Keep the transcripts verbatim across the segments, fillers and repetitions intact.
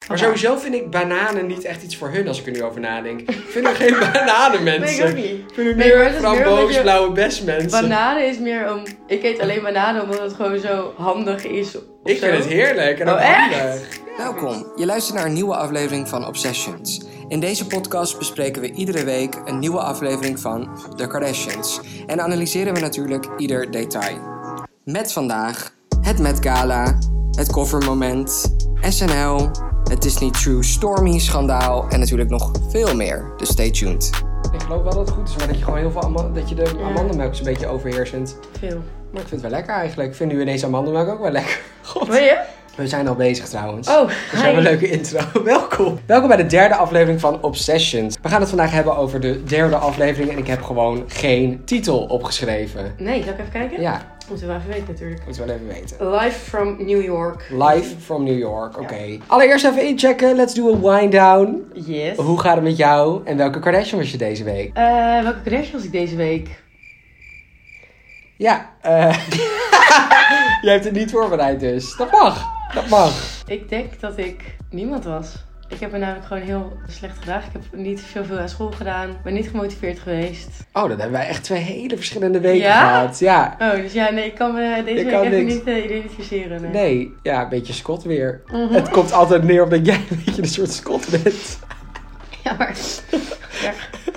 Maar sowieso vind ik bananen niet echt iets voor hun als ik er nu over nadenk. Ik vind er geen bananenmensen. Nee, ik ook niet. Ik vind er Nee, meer framboos, blauwe besmensen. Bananen is meer om... Ik eet alleen bananen omdat het gewoon zo handig is. Ik zo. vind het heerlijk en ook Oh, handig. Welkom, je luistert naar een nieuwe aflevering van Obsessions. In deze podcast bespreken we iedere week een nieuwe aflevering van The Kardashians. En analyseren we natuurlijk ieder detail. Met vandaag het Met Gala, het covermoment, S N L, het Disney True Stormy schandaal en natuurlijk nog veel meer. Dus stay tuned. Ik geloof wel dat het goed is, maar dat je gewoon heel veel ama- dat je de Ja. amandelmelk een beetje overheersend. Veel. Maar ik vind het wel lekker eigenlijk. Ik vind nu ineens amandelmelk ook wel lekker. God. Wil je? We zijn al bezig trouwens. Oh, We hebben een hi. leuke intro. Welkom. Welkom bij de derde aflevering van Obsessions. We gaan het vandaag hebben over de derde aflevering en ik heb gewoon geen titel opgeschreven. Nee, zal ik even kijken? Ja, Moeten we wel even weten natuurlijk. moeten we wel even weten. Live from New York. Live from New York, oké. Okay. Allereerst even inchecken. Let's do a wind down. Yes. Hoe gaat het met jou en welke Kardashian was je deze week? Uh, welke Kardashian was ik deze week? Ja, eh... jij hebt het niet voorbereid dus. Dat mag. Dat mag. Ik denk dat ik niemand was. Ik heb me namelijk gewoon heel slecht gedragen. Ik heb niet veel, veel aan school gedaan. Ben niet gemotiveerd geweest. Oh, dan hebben wij echt twee hele verschillende weken Ja? gehad. Ja. Oh, dus ja, nee, ik kan me deze Je week kan even niks. niet uh, identificeren. Nee. Nee, ja, een beetje Scott weer. Mhm. Het komt altijd neer op dat jij een beetje een soort Scott bent. Ja, maar... ja.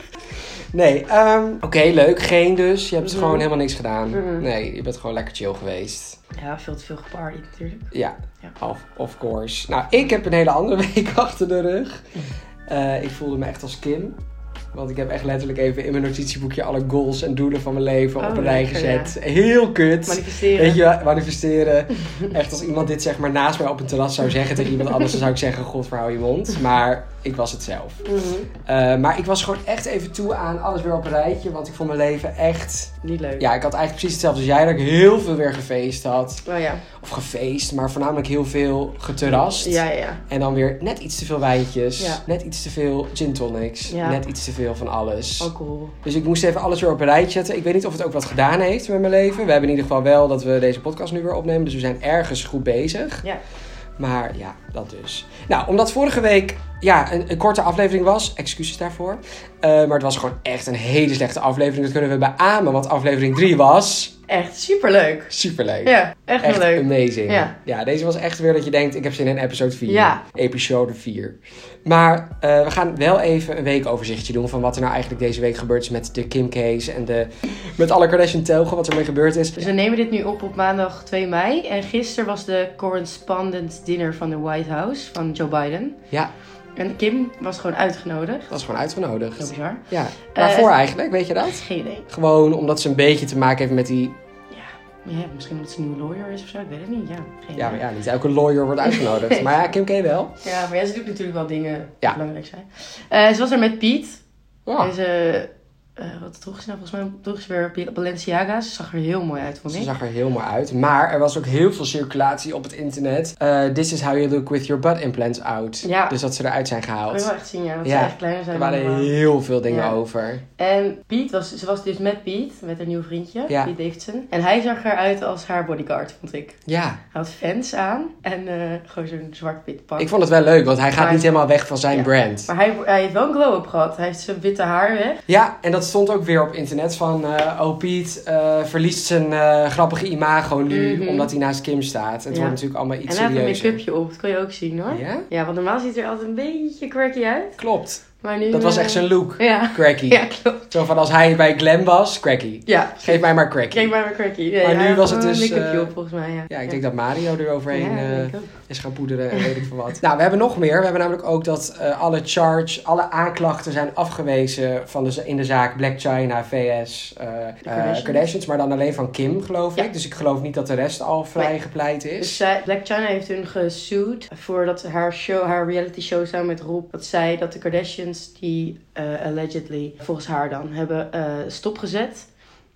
Nee, um, oké, okay, leuk. Geen dus. Je hebt Mhm. gewoon helemaal niks gedaan. Mhm. Nee, je bent gewoon lekker chill geweest. ja, veel te veel gepartied natuurlijk. Ja, Ja. of, of course. Nou, ik heb een hele andere week achter de rug. Uh, ik voelde me echt als Kim. Want ik heb echt letterlijk even in mijn notitieboekje alle goals en doelen van mijn leven Oh, op een rij lekker, gezet. Heel kut. Manifesteren. Weet je, manifesteren. Echt als iemand dit zeg maar naast mij op een terras zou zeggen tegen iemand anders, dan zou ik zeggen, god, verhou je mond. Maar ik was het zelf. Mhm. Uh, maar ik was gewoon echt even toe aan alles weer op een rijtje. Want ik vond mijn leven echt... Niet leuk. Ja, ik had eigenlijk precies hetzelfde als jij. Dat ik heel veel weer gefeest had. Oh ja. Of gefeest, maar voornamelijk heel veel geterrast. Ja, ja, ja. En dan weer net iets te veel wijntjes. Ja. Net iets te veel gin tonics. Ja. Net iets te veel van alles. Alcohol. Dus ik moest even alles weer op een rijtje zetten. Ik weet niet of het ook wat gedaan heeft met mijn leven. We hebben in ieder geval wel dat we deze podcast nu weer opnemen. Dus we zijn ergens goed bezig. Ja. Maar ja, dat dus. Nou, omdat vorige week ja, een, een korte aflevering was. Excuses daarvoor. Uh, maar het was gewoon echt een hele slechte aflevering. Dat kunnen we beamen. Want aflevering drie was... Echt superleuk. Superleuk. Ja, echt, Echt heel leuk. amazing. Ja. ja, deze was echt weer dat je denkt, ik heb zin in episode vier. Ja. Episode vier. Maar uh, we gaan wel even een weekoverzichtje doen van wat er nou eigenlijk deze week gebeurd is met de Kim case en de, met alle Kardashian telgen, wat er mee gebeurd is. Dus we nemen dit nu op op maandag twee mei. En gisteren was de correspondence dinner van de White House van Joe Biden. Ja, En Kim was gewoon uitgenodigd. dat was gewoon uitgenodigd. Heel bizar. Ja. Waarvoor Uh, eigenlijk, weet je dat? Geen idee. Gewoon omdat ze een beetje te maken heeft met die... Ja, ja, misschien omdat ze een nieuwe lawyer is of zo. Ik weet het niet. Ja, geen Ja, idee. maar ja, niet elke lawyer wordt uitgenodigd. Maar ja, Kim K wel. Ja, maar ja, ze doet natuurlijk wel dingen die Ja. belangrijk zijn. Uh, ze was er met Piet. Ja. En ze... Uh, wat droeg ze nou? Volgens mij droeg ze weer Balenciaga's. Ze zag er heel mooi uit, vond ik. Ze zag er heel mooi uit. Maar er was ook heel veel circulatie op het internet. Uh, this is how you look with your butt implants out. Ja. Dus dat ze eruit zijn Dat wil gehaald. je wel echt zien, ja. Dat Ja. ze echt kleiner zijn Er dan waren normaal. heel veel dingen Ja. over. En Piet was, ze was dus met Piet, met haar nieuwe vriendje, Ja. Piet Davidson. En hij zag eruit als haar bodyguard, vond ik. Ja, Hij had fans aan en uh, gewoon zo'n zwart wit pak. ik vond het wel leuk, want hij gaat Maar- niet helemaal weg van zijn Ja. brand. Maar hij, hij heeft wel een glow-up gehad. Hij heeft zijn witte haar weg. Ja, en dat stond ook weer op internet van... Uh, oh, Piet uh, verliest zijn uh, grappige imago nu, Mhm. omdat hij naast Kim staat. Het Ja. wordt natuurlijk allemaal iets En hij had een serieuzer. make-upje op, dat kon je ook zien hoor. Ja? Ja, want normaal ziet hij er altijd een beetje quirky uit. Klopt. Maar nu... Dat was uh, echt zijn look. Ja. Cracky. Ja, klopt. Zo van als hij bij Glam was, cracky. Ja. Geef mij maar cracky. Kreeg maar weer quirky. Nee, Maar nu hij had was het gewoon dus, een make-upje uh, op volgens mij, ja. Ja, ik denk dat Mario er overheen Ja, uh, denk ik ook. is gaan poederen en weet ik veel wat. Nou, we hebben nog meer. We hebben namelijk ook dat uh, alle charge, alle aanklachten zijn afgewezen van de, in de zaak Blac Chyna, V S, uh, uh, Kardashians. Kardashians. Maar dan alleen van Kim, geloof Ja. ik. Dus ik geloof niet dat de rest al vrijgepleit is. Dus zij, Blac Chyna heeft hun gesued voordat haar show, haar reality show samen met Rob, dat zij dat de Kardashians die uh, allegedly, volgens haar dan, hebben uh, stopgezet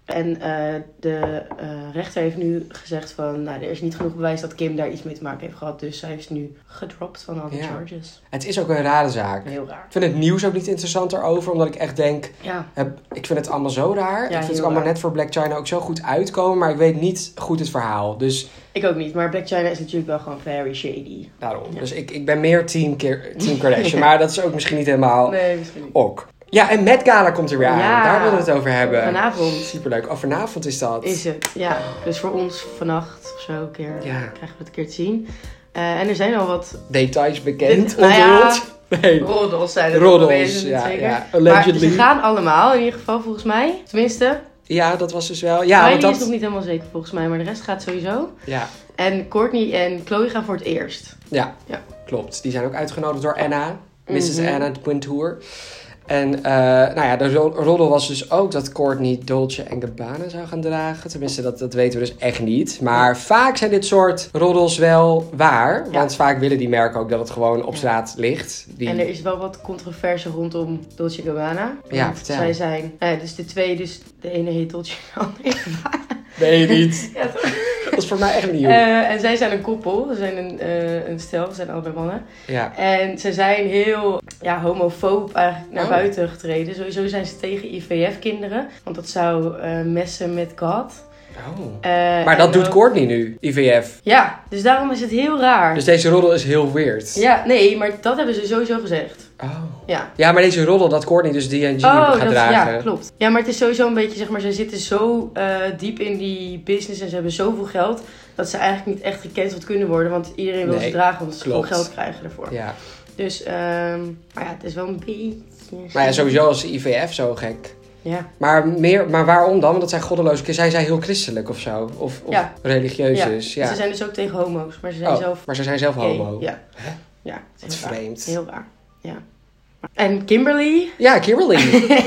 En uh, de uh, rechter heeft nu gezegd van... Nou, er is niet genoeg bewijs dat Kim daar iets mee te maken heeft gehad. Dus zij is nu gedropt van alle ja. charges. Het is ook een rare zaak. Heel raar. Ik vind het nieuws ook niet interessant erover. Omdat ik echt denk... Ja. Heb, ik vind het allemaal zo raar. Ja, ik vind het heel allemaal raar. net voor Blac Chyna ook zo goed uitkomen. Maar ik weet niet goed het verhaal. Dus Ik ook niet. Maar Blac Chyna is natuurlijk wel gewoon very shady. daarom. Ja. Dus ik, ik ben meer team, Keer- team Kardashian. Ja. Maar dat is ook misschien niet helemaal Nee, misschien niet. ok. Ja, en Met Gala komt er weer aan. Ja. Daar willen we het over hebben. Vanavond Superleuk. Oh, vanavond is dat. is het. Ja. Dus voor ons vannacht of zo een keer Ja. krijgen we het een keer te zien. Uh, en er zijn al wat Details bekend. Dit- nou ja, onthuld. Nee. roddels zijn er Roddels, geweest, ja, zeker. ja. Maar Allegedly. ze gaan allemaal, in ieder geval volgens mij. Tenminste, Ja, dat was dus wel... Ja, Kylie want dat... is nog niet helemaal zeker volgens mij, maar de rest gaat sowieso. Ja. En Kourtney en Khloe gaan voor het eerst. Ja, Ja. klopt. Die zijn ook uitgenodigd door Anna. missus Mhm. Anna Wintour. En uh, nou ja, de ro- roddel was dus ook dat Kourtney Dolce en Gabbana zou gaan dragen. Tenminste, dat, dat weten we dus echt niet. Maar ja. vaak zijn dit soort roddels wel waar. Ja. Want vaak willen die merken ook dat het gewoon op Ja. straat ligt. Die... En er is wel wat controverse rondom Dolce en Gabbana. Ja, Want vertel. zij zijn, nou ja, dus de twee, dus de ene heet Dolce en de andere Gabbana. Nee, niet. Ja, toch? Dat is voor mij echt nieuw. Uh, en zij zijn een koppel. Ze zijn een, uh, een stel. Ze zijn allebei mannen. Ja. En ze zijn heel ja, homofoob eigenlijk naar Oh. buiten getreden. Sowieso zijn ze tegen I V F-kinderen. Want dat zou uh, messen met God. Oh. Uh, Maar dat doet ook... Kourtney nu, I V F. Ja, dus daarom is het heel raar. Dus deze roddel is heel weird. Ja, nee, maar dat hebben ze sowieso gezegd. Oh. Ja. Ja, maar deze roddel dat Kourtney dus D en G Oh, gaat dat, dragen. ja, klopt. Ja, maar het is sowieso een beetje, zeg maar, ze zitten zo uh, diep in die business en ze hebben zoveel geld, dat ze eigenlijk niet echt gecanceld kunnen worden, want iedereen wil Nee, ze dragen, want ze klopt. gewoon geld krijgen ervoor. Ja. Dus, um, maar ja, het is wel een beetje... Maar ja, sowieso als I V F zo gek. Ja. Maar, meer, maar waarom dan? Want dat zijn goddeloze... Zijn zij heel christelijk of zo? Of, of Ja. religieus Ja. dus? Ja. Ze zijn dus ook tegen homo's, maar ze zijn Oh, zelf maar ze zijn zelf gay. homo? Ja. Hè? Ja, Wat heel raar. vreemd. Heel raar, ja. En Kimberly, Ja, Kimberly.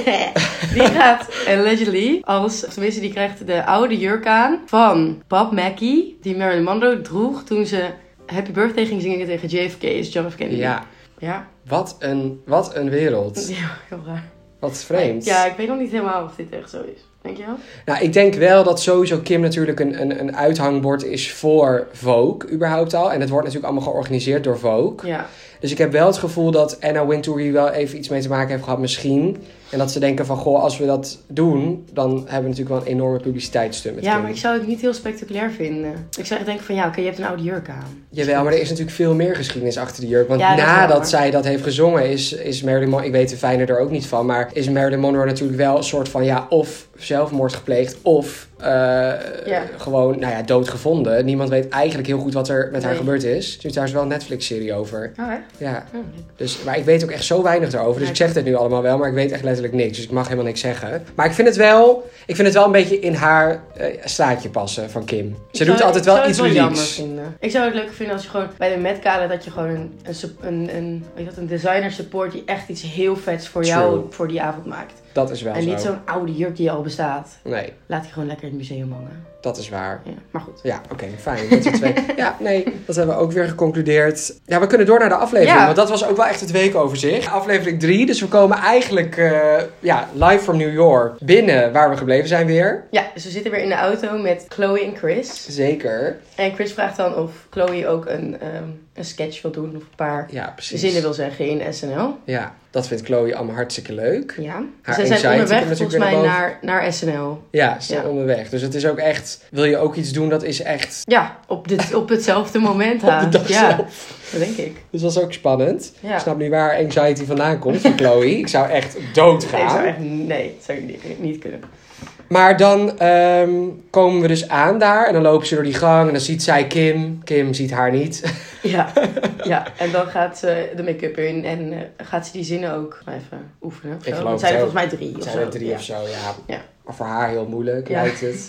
die gaat allegedly als, of tenminste die krijgt de oude jurk aan van Bob Mackie, die Marilyn Monroe droeg toen ze Happy Birthday ging zingen tegen J F K, is John F. Kennedy. Ja. Ja. Wat een, wat een wereld. Ja, heel raar. Wat vreemd. Ja, ik weet nog niet helemaal of dit echt zo is. Denk je wel? Nou, ik denk wel dat sowieso Kim natuurlijk een, een, een uithangbord is voor Vogue, überhaupt al. En het wordt natuurlijk allemaal georganiseerd door Vogue. Ja. Dus ik heb wel het gevoel dat Anna Wintour hier wel even iets mee te maken heeft gehad, misschien. En dat ze denken van, goh, als we dat doen, dan hebben we natuurlijk wel een enorme publiciteitsstunt met Ja, Kim. maar ik zou het niet heel spectaculair vinden. Ik zou echt denken van, ja, oké, okay, je hebt een oude jurk aan. Jawel, maar er is natuurlijk veel meer geschiedenis achter de jurk. Want Ja, dat is wel nadat waar. zij dat heeft gezongen, is, is Marilyn Monroe... Ik weet de fijne er ook niet van, maar is Marilyn Monroe natuurlijk wel een soort van... Ja, of zelfmoord gepleegd, of uh, Ja. gewoon, nou ja, doodgevonden. Niemand weet eigenlijk heel goed wat er met haar Nee. gebeurd is. Er is daar is wel een Netflix-serie over. Oh, hè? Ja, Oh, leuk. dus, maar ik weet ook echt zo weinig erover. Dus Ja, ik zeg dit nu allemaal wel, maar ik weet echt letterlijk niks. Dus ik mag helemaal niks zeggen. Maar ik vind het wel, ik vind het wel een beetje in haar uh, straatje passen van Kim. Ze Ik doet zou- altijd ik wel zou iets het wel jammer ludieks. vinden. Ik zou het leuk vinden als je gewoon bij de Met Gala dat je gewoon een, een, sup- een, een, weet je wat, een designer support die echt iets heel vets voor True. jou voor die avond maakt. Dat is wel En zo. niet zo'n oude jurk die al bestaat. Nee, Laat die gewoon lekker in het museum hangen. dat is waar. Ja, maar goed. Ja, oké, fijn. Dat we twee... Ja, nee, dat hebben we ook weer geconcludeerd. Ja, we kunnen door naar de aflevering, Ja. want dat was ook wel echt het weekoverzicht. Aflevering drie, dus we komen eigenlijk uh, ja, live from New York binnen waar we gebleven zijn weer. Ja, dus we zitten weer in de auto met Khloe en Chris. Zeker. En Chris vraagt dan of Khloe ook een, um, een sketch wil doen of een paar Ja, precies. zinnen wil zeggen in S N L. Ja, dat vindt Chloe allemaal hartstikke leuk. Ja. Haar Ze anxiety zijn komt onderweg natuurlijk volgens mij weer naar, naar S N L. Ja, ze zijn Ja. onderweg. Dus het is ook echt... Wil je ook iets doen, dat is echt... Ja, op, de, op hetzelfde moment. Op de ha. dag ja, zelf. dat denk ik. Dus dat is ook spannend. Ja. Ik snap nu waar haar anxiety vandaan komt van Chloe. Ik zou echt doodgaan. Nee, zou echt, nee, dat zou ik niet, niet kunnen. Maar dan um, komen we dus aan daar. En dan lopen ze door die gang. En dan ziet zij Kim. Kim ziet haar niet. Ja, ja, en dan gaat ze de make-up in en uh, gaat ze die zinnen ook even oefenen. Of Ik zo. geloof Het zijn er het volgens mij drie of Het zo. zijn er drie ja. of zo, ja. Ja. Maar voor haar heel moeilijk, Ja. lijkt het.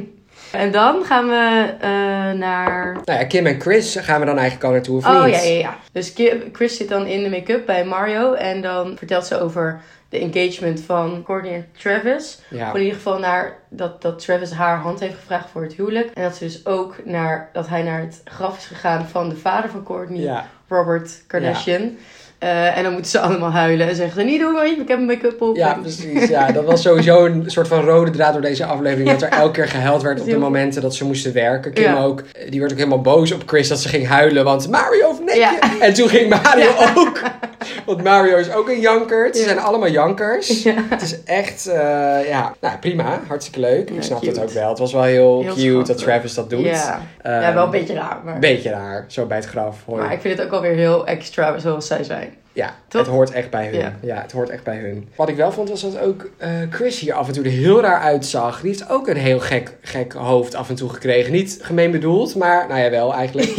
En dan gaan we uh, naar... Nou ja, Kim en Chris gaan we dan eigenlijk al naartoe, of Oh niet? ja, ja, ja. Dus Ki- Chris zit dan in de make-up bij Mario. En dan vertelt ze over de engagement van Kourtney en Travis. Ja. Of in ieder geval naar dat, dat Travis haar hand heeft gevraagd voor het huwelijk. En dat ze dus ook naar, dat hij naar het graf is gegaan van de vader van Kourtney, Ja. Robert Kardashian. Uh, en dan moeten ze allemaal huilen en zeggen ze, niet doen, ik heb een make-up op. Ja, precies. Ja, dat was sowieso een soort van rode draad door deze aflevering. Ja. Dat er elke keer gehuild werd op de momenten dat ze moesten werken. Kim ja. ook, die werd ook helemaal boos op Chris dat ze ging huilen. Want Mario verneek je. Ja. En toen ging Mario ja. ook. Want Mario is ook een jankert. Ze ja. zijn allemaal jankers. Ja. Het is echt, uh, ja, nou, prima. Hartstikke leuk. Ja, ik snap het ook wel. Het was wel heel, heel cute schattig. Dat Travis dat doet. Ja, um, ja wel een beetje raar. Maar... Beetje raar, zo bij het graf. Hoor. Maar ik vind het ook alweer heel extra zoals zij zijn. Ja, Toch? het hoort echt bij hun. Ja. ja, het hoort echt bij hun. Wat ik wel vond was dat ook uh, Chris hier af en toe er heel raar uitzag. Die heeft ook een heel gek, gek hoofd af en toe gekregen. Niet gemeen bedoeld, maar nou ja, wel eigenlijk.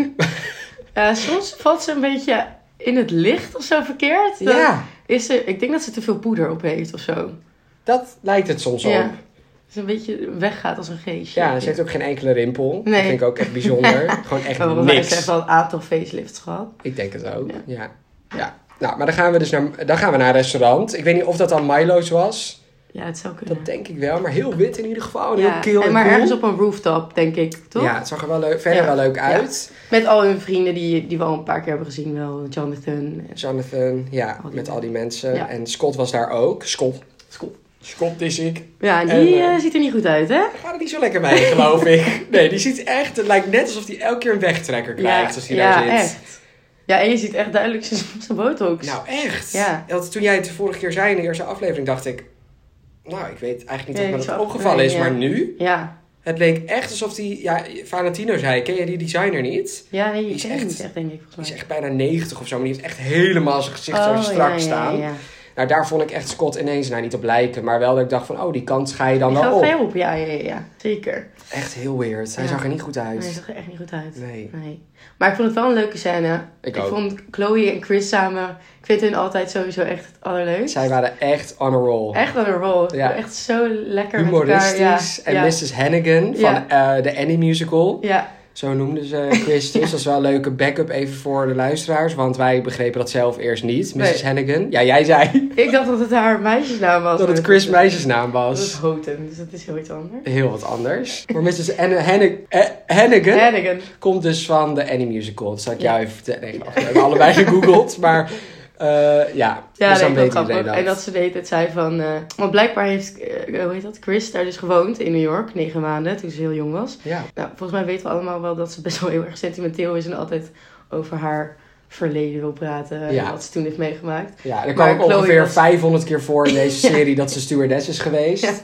uh, soms valt ze een beetje in het licht of zo verkeerd. Dan ja. Is ze, ik denk dat ze te veel poeder op heeft of zo. Dat lijkt het soms ja. op. Ze een beetje weggaat als een geestje. Ja, ze heeft ook geen enkele rimpel. Nee. Dat vind ik ook echt bijzonder. Gewoon echt maar niks. Ze heeft wel een aantal facelifts gehad. Ik denk het ook, ja. ja. ja. Nou, maar dan gaan we dus naar, dan gaan we naar een restaurant. Ik weet niet of dat dan Milo's was. Ja, het zou kunnen. Dat denk ik wel, maar heel wit in ieder geval. En ja. heel kil en, en maar cool. ergens op een rooftop, denk ik, toch? Ja, het zag er wel leuk, verder ja. wel leuk uit. Ja. Met al hun vrienden die, die we al een paar keer hebben gezien. Wel Jonathan. Jonathan, ja, al met al die mensen. Ja. En Scott was daar ook. Scott. Scott. Scott is ik. Ja, en die en, uh, ziet er niet goed uit, hè? Gaat er niet zo lekker mee, geloof ik. Nee, die ziet echt... Het lijkt net alsof hij elke keer een wegtrekker krijgt ja, als hij ja, daar zit. Echt. Ja, en je ziet echt duidelijk zijn, zijn botox. Nou, echt. Ja. Dat, toen jij het de vorige keer zei in de eerste aflevering, dacht ik... Nou, ik weet eigenlijk niet nee, of me dat opgevallen nee, is, ja. maar nu... Ja. Het leek echt alsof die... Ja, Valentino zei, ken je die designer niet? Ja, nee, die is echt, echt, niet echt, denk ik. Die is echt bijna negentig of zo, maar die heeft echt helemaal zijn gezicht oh, zo strak ja, staan. Ja, ja. Nou, daar vond ik echt Scott ineens nou, niet op lijken. Maar wel dat ik dacht van, oh, die kant ga je dan die wel op. Die gaat op, ja, ja, ja. Zeker. Echt heel weird. Hij ja. zag er niet goed uit. Nee, hij zag er echt niet goed uit. Nee. nee. Maar ik vond het wel een leuke scène. Ik, ik ook. vond Chloe en Chris samen... Ik vind hun altijd sowieso echt het allerleukst. Zij waren echt on a roll. Echt on a roll. Ja. Echt zo lekker humoristisch. met elkaar. Ja. En ja. missus Hannigan van ja. uh, de Annie musical. Ja. Zo noemden ze Chris. Dus dat is wel een leuke backup even voor de luisteraars. Want wij begrepen dat zelf eerst niet. missus Nee. Hannigan. Ja, jij zei. Ik dacht dat het haar meisjesnaam was. Dat het Chris' meisjesnaam was. Dat is Houghton, dus dat is heel iets anders. Heel wat anders. Maar missus Hannigan, Hannigan, Hannigan komt dus van de Annie musical. Dat zal ik ja. jou even vertellen. Nee, we hebben allebei gegoogeld. Maar uh, ja, ja dus nee, dan weet grappig. iedereen dat. En dat ze deed het zei van... Uh, want blijkbaar heeft uh, hoe heet dat? Chris daar dus gewoond in New York. Negen maanden, toen ze heel jong was. Ja. Nou, volgens mij weten we allemaal wel dat ze best wel heel erg sentimenteel is. En altijd over haar verleden wil praten. Ja. En wat ze toen heeft meegemaakt. Ja, er kwam ook ongeveer was... vijfhonderd keer voor in deze serie ja. dat ze stewardess is geweest. Ja.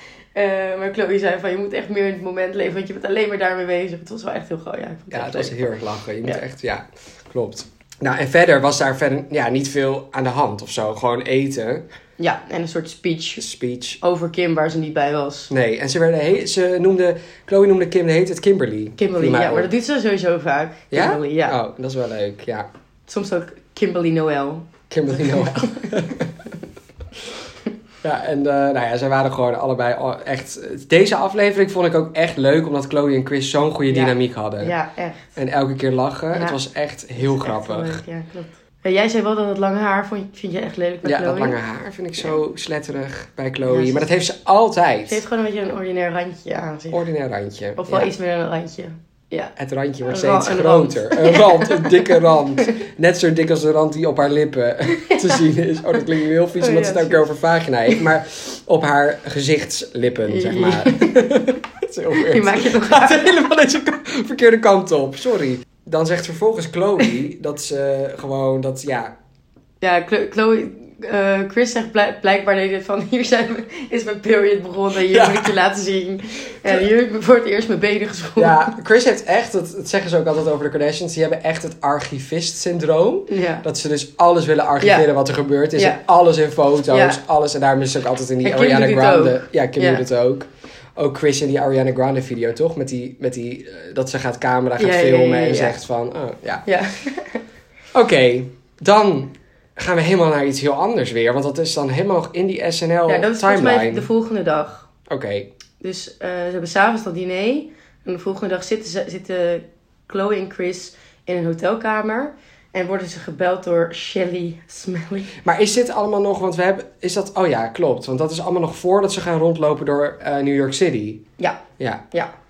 Uh, maar Chloe zei van, je moet echt meer in het moment leven, want je bent alleen maar daarmee bezig. Het was wel echt heel groot. Ja, ja het, het was heel erg lachen. Je moet ja. echt, ja, klopt. Nou, en verder was daar verder ja, niet veel aan de hand of zo. Gewoon eten. Ja, en een soort speech. Speech. Over Kim, waar ze niet bij was. Nee, en ze werden he- ze noemde, Chloe noemde Kim, heet het Kimberly. Kimberly, ja, op. Maar dat doet ze sowieso vaak. Kimberly, ja? ja. Oh, dat is wel leuk, ja. Soms ook Kimberly Noel. Kimberly Noel. Ja, en uh, nou ja, zij waren gewoon allebei echt... Deze aflevering vond ik ook echt leuk, omdat Chloe en Chris zo'n goede ja. dynamiek hadden. Ja, echt. En elke keer lachen. Ja. Het was echt heel echt grappig. Heel leuk, ja, klopt. Ja, jij zei wel dat het lange haar vond, vind je echt lelijk bij ja, Chloe. Ja, dat lange haar vind ik zo ja. sletterig bij Chloe. Ja, maar dat heeft ze altijd. Ze heeft gewoon een beetje een ordinair randje aan zich. Ordinair randje. Of wel ja. iets meer dan een randje. Ja. Het randje wordt een steeds ra- een groter. Rand. Een rand, een dikke rand. Net zo dik als de rand die op haar lippen te zien is. Oh, dat klinkt heel vies, oh, omdat ja, ze het ook over vagina heeft. Maar op haar gezichtslippen, zeg maar. Dat is heel weird. Die maak je toch gaat helemaal deze verkeerde kant op. Sorry. Dan zegt vervolgens Chloe dat ze gewoon dat, ja... Ja, Chloe... Uh, Chris zegt bl- blijkbaar deed het van... Hier zijn we, is mijn period begonnen. Hier ja. moet ik je laten zien. En hier heb ik voor het eerst mijn benen geschoren. Ja, Chris heeft echt... Dat, dat zeggen ze ook altijd over de Kardashians. Die hebben echt het archivist-syndroom. Ja. Dat ze dus alles willen archiveren ja. wat er gebeurd is. Ja. En alles in foto's. Ja. Alles. En daarom is het ook altijd in die Ariana Grande... Ja, Kim ja. doet het ook. Ook Chris in die Ariana Grande video, toch? Met die... Met die uh, dat ze gaat camera, gaat ja, filmen. Ja, ja, ja, en ja. zegt van... Oh, ja. ja. Oké, okay, dan... gaan we helemaal naar iets heel anders weer. Want dat is dan helemaal in die S N L timeline. Ja, dat is volgens mij de volgende dag. Oké. Okay. Dus uh, ze hebben s'avonds dat diner. En de volgende dag zitten, ze, zitten Chloe en Chris in een hotelkamer. En worden ze gebeld door Shelly Smelly. Maar is dit allemaal nog... Want we hebben... Is dat... Oh ja, klopt. Want dat is allemaal nog voordat ze gaan rondlopen door uh, New York City. Ja. Ja. Ja.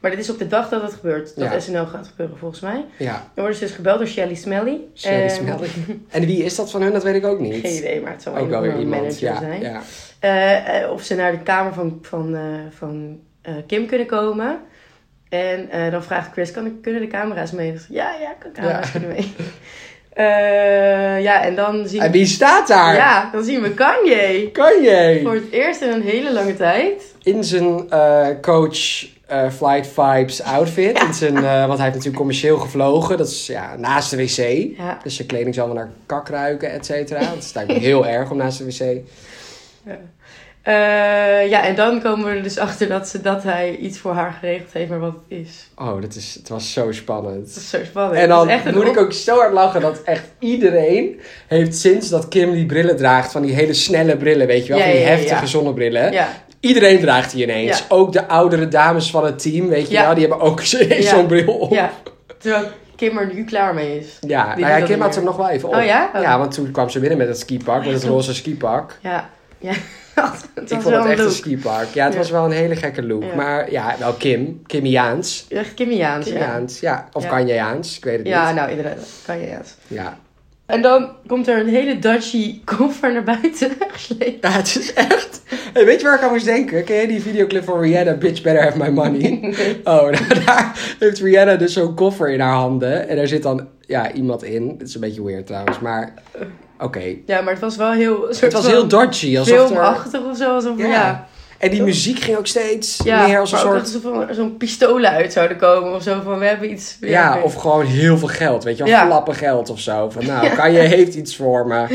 Maar dit is op de dag dat het gebeurt. Dat Ja. S N L gaat gebeuren volgens mij. Ja, Dan worden ze dus gebeld door Shelly Smelly. Shelly En- Smelly. En wie is dat van hun? Dat weet ik ook niet. Geen idee, maar het zou Ook wel een weer iemand. manager Ja, zijn. ja. Eh, eh, of ze naar de kamer van, van, uh, van uh, Kim kunnen komen. En uh, dan vraagt Chris, kan ik, kunnen de camera's mee? Dan zegt, ja, ja, kan camera's Ja. kunnen mee. Uh, ja, en dan zien En wie staat daar? Ja, dan zien we Kanye. Kanye! Voor het eerst in een hele lange tijd. In zijn uh, coach uh, Flight Vibes outfit. Ja. In zijn, uh, want hij heeft natuurlijk commercieel gevlogen. Dat is ja, naast de wc. Ja. Dus zijn kleding zal wel naar kak ruiken, et cetera. Dat is eigenlijk heel erg om naast de wc. Ja. Uh, ja, en dan komen we er dus achter dat, ze, dat hij iets voor haar geregeld heeft, maar wat het is. Oh, dat is, het was zo spannend. Dat is zo spannend. En dan Dat is echt een moet op- ik ook zo hard lachen dat echt iedereen heeft sinds dat Kim die brillen draagt, van die hele snelle brillen, weet je wel, Ja, van die ja, ja, heftige ja. zonnebrillen. Ja, Iedereen draagt die ineens. Ja. Ook de oudere dames van het team, weet je Ja. wel, die hebben ook ineens Ja. zo'n bril op. ja. Terwijl Kim er nu klaar mee is. Ja, Die nou ja, doet dat Kim niet had hem meer. nog wel even op. Oh ja? Oh. Ja, want toen kwam ze binnen met het skipak, met het Ja. roze skipak. Ja, ja. het Ik was vond wel het echt een een look. skipak. Ja, het Ja. was wel een hele gekke look. Ja. Maar ja, wel Kim. Kimiaans. Echt Kimiaans, ja. Kimiaans, ja. Of Ja. Kanyeaans, ik weet het Ja, niet. nou inderdaad. Kan je eens. Ja. En dan komt er een hele dodgy koffer naar buiten gesleept. Ja, het is echt... Hey, weet je waar ik aan moest denken? Ken je die videoclip van Rihanna, Bitch Better Have My Money? Oh, daar, daar heeft Rihanna dus zo'n koffer in haar handen. En daar zit dan ja, iemand in. Het is een beetje weird trouwens, maar... Oké. Ja, maar het was wel heel... Het was heel dodgy. Alsof er... filmachtig of zo. Alsof, Ja. ja. En die muziek ging ook steeds Ja, meer als een maar ook soort... alsof er zo'n pistolen uit zouden komen of zo. Van, we hebben iets... Ja, of gewoon heel veel geld, weet je wel, Ja. flappen geld of zo. Van nou, Kanye heeft iets voor me.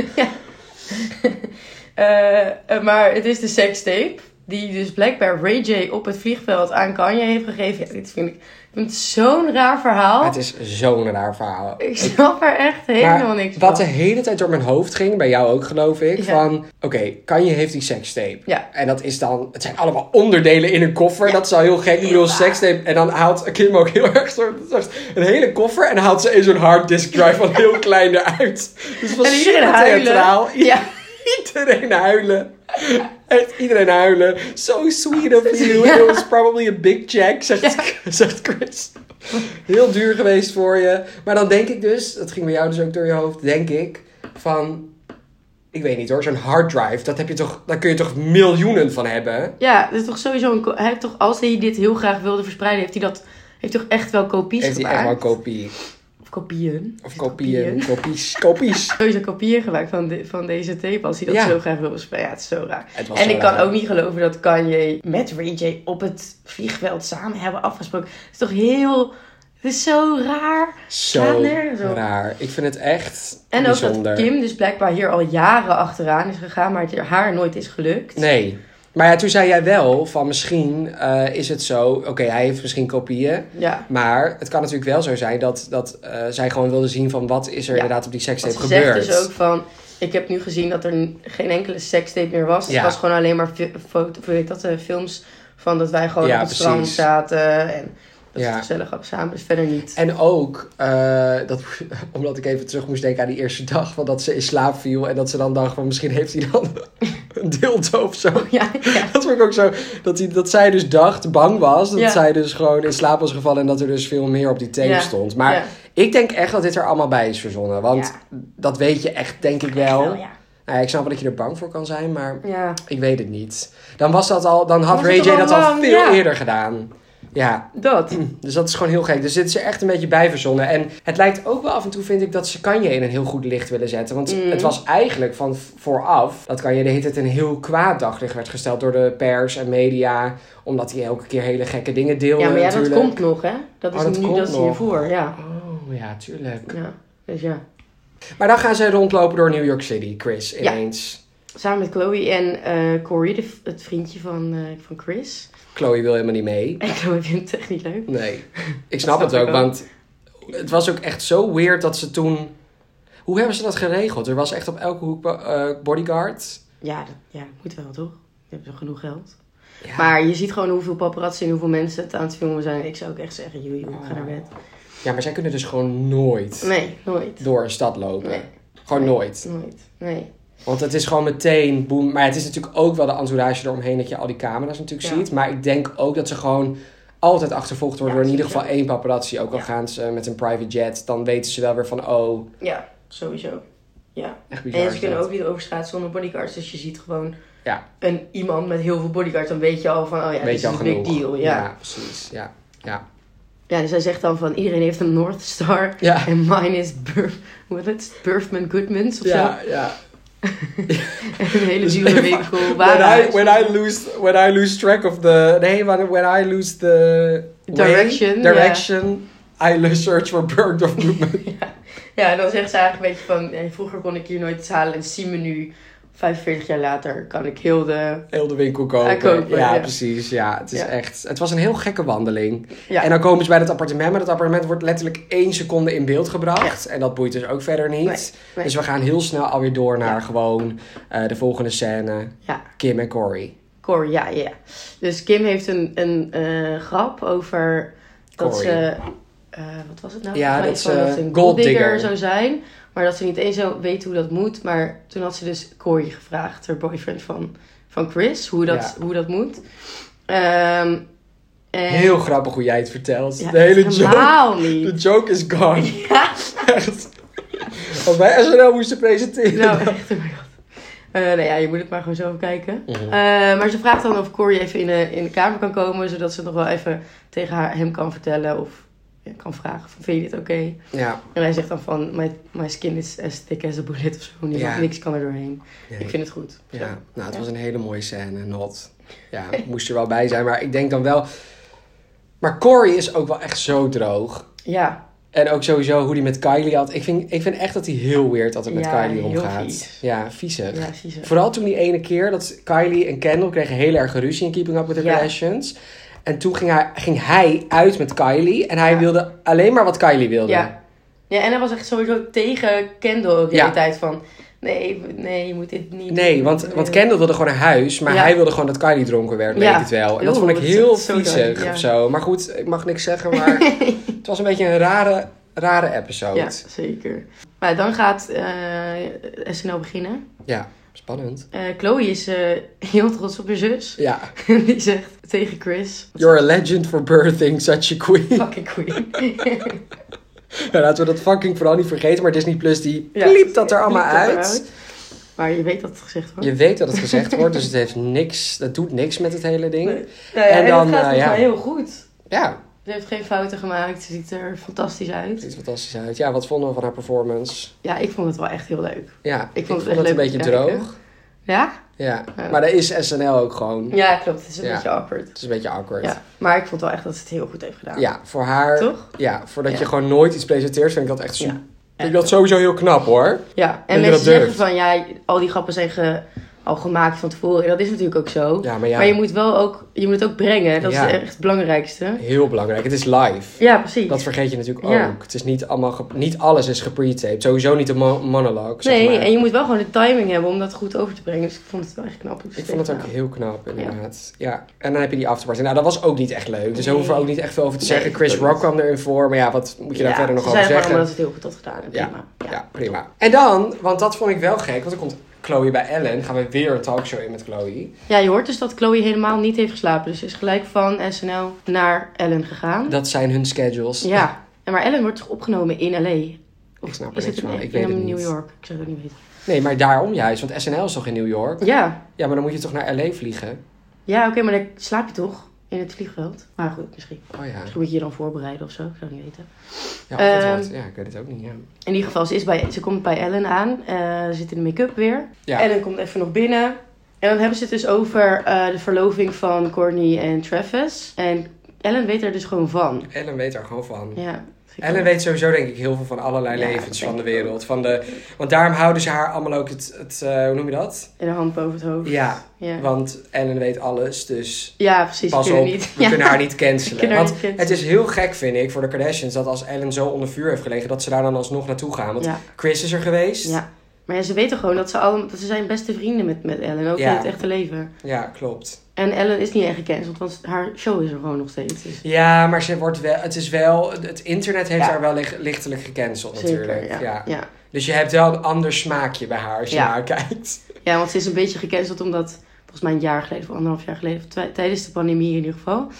Uh, uh, maar het is de sekstape die dus blijkbaar Ray J op het vliegveld aan Kanye heeft gegeven. Ja, dit vind ik, ik vind het zo'n raar verhaal. Het is zo'n raar verhaal. Ik snap er echt helemaal Maar niks wat de van. hele tijd door mijn hoofd ging, bij jou ook geloof ik, Ja. van oké, okay, Kanye heeft die sekstape. Ja. En dat is dan, het zijn allemaal onderdelen in een koffer. Ja. Dat is al heel gek. Ik bedoel, sekstape. En dan haalt Kim ook heel erg zo, een hele koffer en dan haalt ze in zo'n harddisk drive van heel klein eruit. Dus het was En iedereen super huilen. theatraal. Ja. Iedereen huilen. Echt iedereen huilen. So sweet of you. Ja. It was probably a big check, zegt, Ja. zegt Chris. Heel duur geweest voor je. Maar dan denk ik dus, dat ging bij jou dus ook door je hoofd, denk ik, van... Ik weet niet hoor, zo'n hard drive, dat heb je toch, daar kun je toch miljoenen van hebben? Ja, dat is toch sowieso een... ko- Hij heeft toch, als hij dit heel graag wilde verspreiden, heeft hij dat... Heeft toch echt wel kopies Heeft hij gemaakt? echt wel kopie. Of kopieën. Of Is het kopieën. Kopies. Kopies. Sowieso kopieën gemaakt van, de, van deze tape als hij dat Ja. zo graag wil verspreiden. Ja, het is zo raar. Het was En zo ik kan raar. ook niet geloven dat Kanye met Ray J op het vliegveld samen hebben afgesproken. Het is toch heel... Het is zo raar. Zo Gaat nergens op. raar. Ik vind het echt En ook bijzonder. dat Kim dus blijkbaar hier al jaren achteraan is gegaan, maar het haar nooit is gelukt. Nee. Maar ja, toen zei jij wel van misschien uh, is het zo... Oké, okay, hij heeft misschien kopieën. Ja. Maar het kan natuurlijk wel zo zijn dat, dat uh, zij gewoon wilde zien van... Wat is er Ja. inderdaad op die sekstape Want ze gebeurd? zegt dus ook van... Ik heb nu gezien dat er geen enkele sekstape meer was. Ja. Het was gewoon alleen maar fi- foto, weet dat, uh, films van dat wij gewoon Ja, op het precies. strand zaten. En dat Ja. we het gezellig hadden samen. Dus verder niet. En ook, uh, dat, omdat ik even terug moest denken aan die eerste dag... Van dat ze in slaap viel en dat ze dan dacht van... Misschien heeft hij dan een dildo of zo. Ja, ja. Dat vond ik ook zo, dat, hij, dat zij dus dacht, bang was... Dat Ja. zij dus gewoon in slaap was gevallen... En dat er dus veel meer op die tape Ja. stond. Maar Ja. ik denk echt dat dit er allemaal bij is verzonnen. Want Ja. dat weet je echt, denk ik wel. Wel, ja. Nou ja, ik snap wel dat je er bang voor kan zijn, maar Ja. ik weet het niet. Dan was dat al, dan had Was Ray het J al dat al lang, veel ja. eerder gedaan. Ja, Dat. dus dat is gewoon heel gek. Dus dit is er echt een beetje bij verzonnen. En het lijkt ook wel af en toe, vind ik, dat ze Kanye in een heel goed licht willen zetten. Want Mm. het was eigenlijk van vooraf dat Kanye de hele tijd een heel kwaad daglicht werd gesteld door de pers en media. Omdat hij elke keer hele gekke dingen deelde. Ja, maar ja, natuurlijk. dat komt nog, hè? Dat is Oh, dat nu komt dat is nog. hiervoor, ja. Oh, ja, tuurlijk. Ja. Dus ja. Maar dan gaan ze rondlopen door New York City, Chris, ineens. Samen met Chloe en uh, Corey, de, het vriendje van, uh, van Chris. Chloe wil helemaal niet mee. En Chloe vindt het echt niet leuk. Nee, ik snap snap het ook, ik ook. want het was ook echt zo weird dat ze toen... Hoe hebben ze dat geregeld? Er was echt op elke hoek uh, bodyguard. Ja, dat, ja, moet wel toch? Je hebt toch genoeg geld. Ja. Maar je ziet gewoon hoeveel paparazzi en hoeveel mensen het aan het filmen zijn. Ik zou ook echt zeggen, joe, joe, ga naar bed. Ja, maar zij kunnen dus gewoon nooit Nee, nooit. door een stad lopen. Nee. Gewoon Nee. nooit. Nooit, nee. Want het is gewoon meteen boem. Maar het is natuurlijk ook wel de entourage eromheen dat je al die camera's natuurlijk Ja. ziet. Maar ik denk ook dat ze gewoon altijd achtervolgd worden Ja, door in ieder zeker. geval één paparazzi. Ook al Ja. gaan ze met een private jet, dan weten ze wel weer van, oh, Ja, sowieso. Ja. echt bizar. En is ze kunnen dat. ook niet over straat zonder bodyguards. Dus je ziet gewoon Ja. een iemand met heel veel bodyguards. Dan weet je al van, oh ja, Weet dit is je al een genoeg. big deal. Ja. Ja, precies. Ja. Ja. Ja, dus hij zegt dan van, iedereen heeft een North Star. Ja. En mine is Burf, hoe heet het? Burfman Goodmans of Ja, ja. zo. Een hele Dus dure even- winkel. When I, Warenhuis. when, I lose, when I lose track of the... Nee, when, when I lose the... Direction, way, direction, I lose search for Bergdorf Goodman. Ja. Ja, en dan zegt ze eigenlijk een beetje van, eh, vroeger kon ik hier nooit iets halen. En zie me nu, vijfenveertig jaar later, kan ik heel de... Heel de winkel kopen. Ja, kopen, ja, ja. precies. Ja, het is Ja. echt... Het was een heel gekke wandeling. Ja. En dan komen ze bij dat appartement. Maar dat appartement wordt letterlijk één seconde in beeld gebracht. En dat boeit dus ook verder niet. Nee, nee. Dus we gaan heel snel alweer door naar Ja. gewoon uh, de volgende scène. Ja. Kim en Corey. Corey, ja, ja. Dus Kim heeft een, een eh, grap over dat Corey. ze... eh, wat was het nou? Ja, Volgens dat mij ze iets van een gold digger golddigger zou zijn. Maar dat ze niet eens zo weet hoe dat moet. Maar toen had ze dus Corey gevraagd, haar boyfriend van, van Chris, hoe dat, Ja. hoe dat moet. Ehm, en... Heel grappig hoe jij het vertelt. Ja, de hele helemaal joke. niet. De joke is gone. Ja, Echt. Als wij S N L moesten presenteren. nou echt, oh my god. Uh, nou ja, je moet het maar gewoon zo kijken. Mhm. Uh, maar ze vraagt dan of Corey even in de, in de kamer kan komen, zodat ze nog wel even tegen haar, hem kan vertellen of ja, kan vragen van, vind je dit oké? Ja. En hij zegt dan van, my, my skin is as thick as a bullet of zo. Niks, Ja. niks kan er doorheen. Nee. Ik vind het goed. Zo. Ja, nou, het Ja. was een hele mooie scène. Not. Ja, ik moest er wel bij zijn. Maar ik denk dan wel... Maar Corey is ook wel echt zo droog. Ja, En ook sowieso hoe hij met Kylie had. Ik vind, ik vind echt dat hij heel weird altijd met Ja, Kylie heel omgaat. vies. Ja, viezig. ja, zie ze. Vooral toen die ene keer dat Kylie en Kendall kregen heel erg ruzie in Keeping Up With The Ja. Kardashians. En toen ging hij, ging hij uit met Kylie. En hij Ja. wilde alleen maar wat Kylie wilde. Ja. Ja, en hij was echt sowieso tegen Kendall ook de Ja. hele tijd van, nee, nee, je moet dit niet Nee, doen. want, want Kendall wilde gewoon naar huis. Maar Ja. hij wilde gewoon dat Kylie dronken werd, leek Ja. het wel. En dat Oeh, vond ik dat is heel echt zo viezig duidelijk, ja. of zo. Maar goed, ik mag niks zeggen. Maar het was een beetje een rare, rare episode. Ja, zeker. Maar dan gaat eh S N L beginnen. Ja, spannend. Eh Chloe is eh, heel trots op haar zus. Ja. En die zegt tegen Chris... You're a legend for birthing such a queen. Fucking queen. Ja, laten we dat fucking vooral niet vergeten. Maar Disney Plus die Ja, pliept dat er allemaal pliept dat uit. eruit. Maar je weet dat het gezegd wordt. Je weet dat het gezegd wordt, dus het heeft niks, dat doet niks met het hele ding. Nee. Nou ja, En en, dan, het gaat eh, volgens ja. mij heel goed. Ja, Ze heeft geen fouten gemaakt. Ze ziet er fantastisch uit. ziet er fantastisch uit. Ja, wat vonden we van haar performance? Ja, ik vond het wel echt heel leuk. Ja, ik, vond vond het het, echt een leuk beetje om te droog. Ja? Ja, Ja. maar dat is S N L ook gewoon. Ja, klopt. Het is een Ja. beetje awkward. Het is een beetje awkward. Ja. Maar ik vond wel echt dat ze het heel goed heeft gedaan. Ja, voor haar. Toch? Ja, voordat Ja. je gewoon nooit iets presenteert, vind ik dat echt super. Ja. Ik vind dat sowieso heel knap hoor. Ja, en je mensen dat zeggen durft. van ja, al die grappen zijn ge, al gemaakt van tevoren. En dat is natuurlijk ook zo. Ja, maar ja, Maar je moet wel ook, je moet het ook brengen. Dat Ja. is echt het belangrijkste. heel belangrijk. Het is live. Ja, precies. Dat vergeet je natuurlijk ook. Ja. Het is niet allemaal, ge- niet alles is gepretaped. Sowieso niet de mo- monologue, zeg Nee, maar. en je moet wel gewoon de timing hebben om dat goed over te brengen. Dus ik vond het wel echt knap. hoe ze Ik vond het ook gedaan. heel knap, inderdaad. Ja. En dan heb je die afterparty. Nou, dat was ook niet echt leuk. Dus daar Nee. hoeven we ook niet echt veel over te Nee, zeggen. Chris dat ook Rock niet. kwam erin voor. Maar ja, wat moet je daar Ja, verder nog ze over zeiden zeggen? gewoon dat ze het heel goed had gedaan. En Ja. prima. Ja. Ja. prima. En dan, want dat vond ik wel gek. Want dan komt Chloe bij Ellen. Gaan we weer een talkshow in met Chloe. Ja, je hoort dus dat Chloe helemaal niet heeft geslapen. Dus ze is gelijk van S N L naar Ellen gegaan. Dat zijn hun schedules. Ja, en maar Ellen wordt toch opgenomen in L A? Ik snap er Is niks het van. in, Ik weet het in niet. New York? Ik zou het ook niet weten. Nee, maar daarom juist. Want S N L is toch in New York? Ja, Ja, maar dan moet je toch naar L A vliegen? ja oké, maar dan slaap je toch in het vliegveld? Maar goed, misschien. Oh ja. Misschien moet je je dan voorbereiden of zo. Ik zou het niet weten. Ja, of het Ehm, wordt. Ja, ik weet het ook niet. Ja. In ieder geval, ze, is bij, ze komt bij Ellen aan. Eh, ze zit in de make-up weer. Ja. Ellen komt even nog binnen. En dan hebben ze het dus over eh, de verloving van Kourtney en Travis. En Ellen weet er dus gewoon van. Ellen weet er gewoon van. Ja. Ellen weet sowieso denk ik heel veel van allerlei Ja, levens dat van de denk ik wereld. Van de, want daarom houden ze haar allemaal ook het, het eh, hoe noem je dat? In de hand boven het hoofd. Ja, Ja, want Ellen weet alles, dus ja precies. pas we op, kunnen niet. we Ja. kunnen haar niet cancelen. kunnen haar Want niet cancelen. het is heel gek vind ik voor de Kardashians dat als Ellen zo onder vuur heeft gelegen, dat ze daar dan alsnog naartoe gaan. Want Ja. Chris is er geweest. Ja. Maar ja, ze weten gewoon dat ze, allemaal, dat ze zijn beste vrienden met, met Ellen. Ook Ja. in het echte leven. Ja, klopt. En Ellen is niet echt gecanceld, want haar show is er gewoon nog steeds. Dus. Ja, maar ze wordt wel, het is wel, het internet heeft Ja. haar wel lich- lichtelijk gecanceld Zeker, natuurlijk. ja. Ja. Ja. Dus je hebt wel een ander smaakje bij haar als je Ja. naar haar kijkt. ja, want ze is een beetje gecanceld omdat, volgens mij een jaar geleden of anderhalf jaar geleden, of twi- tijdens de pandemie in ieder geval,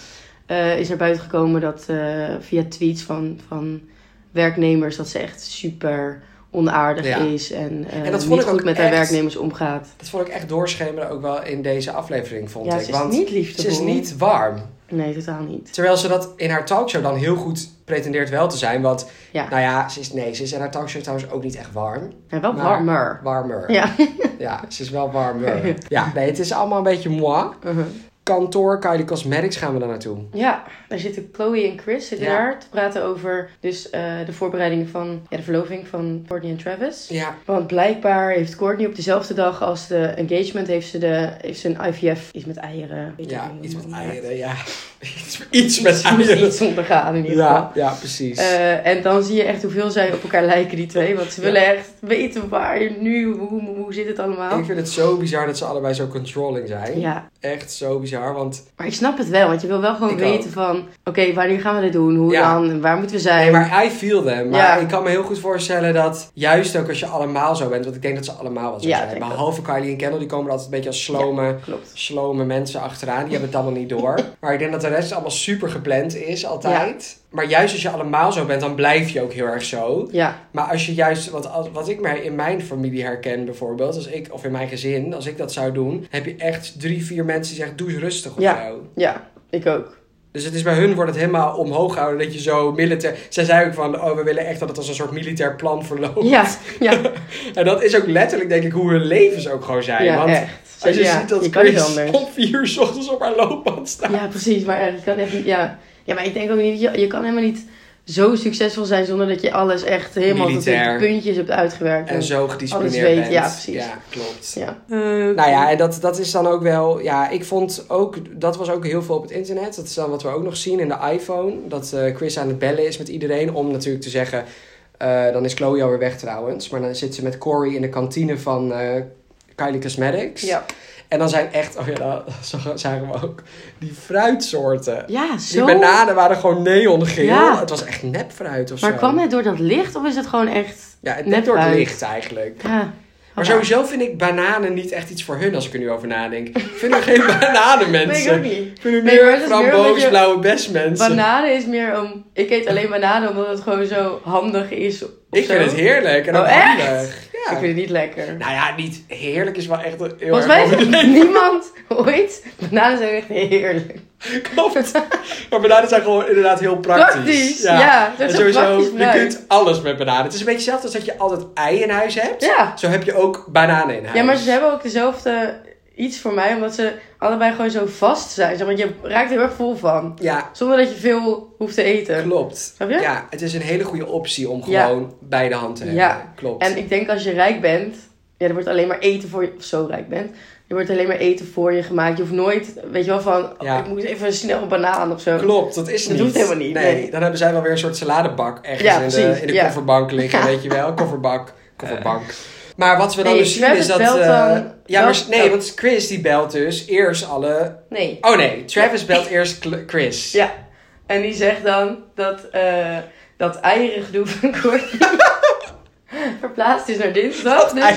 uh, is naar buiten gekomen dat uh, via tweets van, van werknemers dat ze echt super onaardig ja. is en, uh, en dat niet goed met echt, haar werknemers omgaat. Dat vond ik echt doorschemeren ook wel in deze aflevering, vond ja, ik. Ze is Want niet liefdevol. Ze is niet warm. Nee, totaal niet. Terwijl ze dat in haar talkshow dan heel goed pretendeert wel te zijn. Want, ja. nou ja, ze is, nee, ze is in haar talkshow trouwens ook niet echt warm. Ja, wel warmer. Warmer. Ja. Ja, ze is wel warmer. Ja, nee, het is allemaal een beetje moi. Uh-huh. Kantoor Kylie Cosmetics gaan we dan naartoe. Ja, daar zitten Chloe en Chris zitten ja. daar te praten over dus, uh, de voorbereidingen van ja, de verloving van Kourtney en Travis. Ja. Want blijkbaar heeft Kourtney op dezelfde dag als de engagement heeft ze, de, heeft ze een I V F, iets met eieren. Weet ja, niet, iets met maakt. eieren, ja. iets, iets met eieren. Iets ondergaan in ieder ja, geval. Ja, precies. Uh, en dan zie je echt hoeveel zij op elkaar lijken, die twee. Want ze willen ja. echt weten waar je nu, hoe, hoe, hoe zit het allemaal. Ik vind het zo bizar dat ze allebei zo controlling zijn. Ja. Echt zo bizar, want... Maar ik snap het wel, want je wil wel gewoon ik weten ook. van... Oké, okay, wanneer gaan we dit doen? Hoe ja. dan? En waar moeten we zijn? Nee, maar I feel them. Maar ja. ik kan me heel goed voorstellen dat... Juist ook als je allemaal zo bent... Want ik denk dat ze allemaal wat zo ja, zijn. Behalve Kylie en Kendall, die komen er altijd een beetje als slome... Ja, slome mensen achteraan. Die hebben het allemaal niet door. Maar ik denk dat de rest allemaal super gepland is, altijd. Ja. Maar juist als je allemaal zo bent, dan blijf je ook heel erg zo. Ja. Maar als je juist... Want als, wat ik mij in mijn familie herken bijvoorbeeld... Als ik, of in mijn gezin, als ik dat zou doen... heb je echt drie, vier mensen die zeggen... Doe eens rustig of ja. zo. Ja, ik ook. Dus het is bij hun wordt het helemaal omhoog gehouden dat je zo militair... Zij zei ook van, oh, we willen echt dat het als een soort militair plan verloopt. Ja, ja. En dat is ook letterlijk, denk ik, hoe hun levens ook gewoon zijn. Ja, Want echt. als je ja, ziet dat je Chris om vier uur 's ochtends op haar loopband staat. Ja, precies. Maar je kan echt niet... Ja, ja maar ik denk ook niet... Je, je kan helemaal niet zo succesvol zijn zonder dat je alles echt helemaal militair. tot de puntjes hebt uitgewerkt. En, en zo gedisciplineerd alles weet. bent. Ja, precies. Ja, klopt. Ja. Uh, nou ja, en dat, dat is dan ook wel... Ja, ik vond ook... Dat was ook heel veel op het internet. Dat is dan wat we ook nog zien in de iPhone. Dat uh, Chris aan het bellen is met iedereen. Om natuurlijk te zeggen... Uh, dan is Chloe alweer weg trouwens. Maar dan zit ze met Corey in de kantine van uh, Kylie Cosmetics. Ja. En dan zijn echt... Oh ja, dat zagen we ook. Die fruitsoorten. Ja, zo... Die bananen waren gewoon neongeel. Ja. Het was echt nepfruit of maar zo. kwam het door dat licht of is het gewoon echt Ja, het net door het licht eigenlijk. Ja. Maar sowieso vind ik bananen niet echt iets voor hun als ik er nu over nadenk. Ik vind er geen bananenmensen. Nee, ik ook niet. Ik vind er nee, meer framboos, blauwe besmensen. Bananen is meer om... Ik eet alleen bananen omdat het gewoon zo handig is. Ik zo. vind het heerlijk en oh, ook echt? handig. Ja. Ik vind het niet lekker. Nou ja, niet heerlijk is wel echt heel Volgens erg mij zegt niemand ooit... Bananen zijn echt heerlijk. Klopt. Maar bananen zijn gewoon inderdaad heel praktisch. Praktisch, ja. ja dat is en sowieso, praktisch je kunt alles met bananen. Het is een beetje hetzelfde als dat je altijd ei in huis hebt. Ja. Zo heb je ook bananen in huis. Ja, maar ze hebben ook dezelfde iets voor mij. Omdat ze allebei gewoon zo vast zijn. Zeg maar, je raakt er heel erg vol van. Ja. Zonder dat je veel hoeft te eten. Klopt. Snap je? Ja, het is een hele goede optie om gewoon ja. bij de hand te hebben. Ja. Klopt. En ik denk als je rijk bent... Ja, er wordt alleen maar eten voor je... Of zo rijk bent... Er wordt alleen maar eten voor je gemaakt. Je hoeft nooit, weet je wel, van... Ja. Oh, ik moet even snel een banaan of zo. Klopt, dat is dat niet. Dat doet helemaal niet. Nee, nee, dan hebben zij wel weer een soort saladebak ergens ja, in de, in de ja. kofferbank liggen, ja. weet je wel. Kofferbak, kofferbank. Uh. Maar wat we dan nee, dus zien is dat... Belt uh, dan, ja, belt, maar nee, want Chris die belt dus eerst alle... Nee. Oh nee, Travis belt eerst Chris. Ja, en die zegt dan dat uh, dat eierengedoe van Kourtney... verplaatst is naar dinsdag. Dus,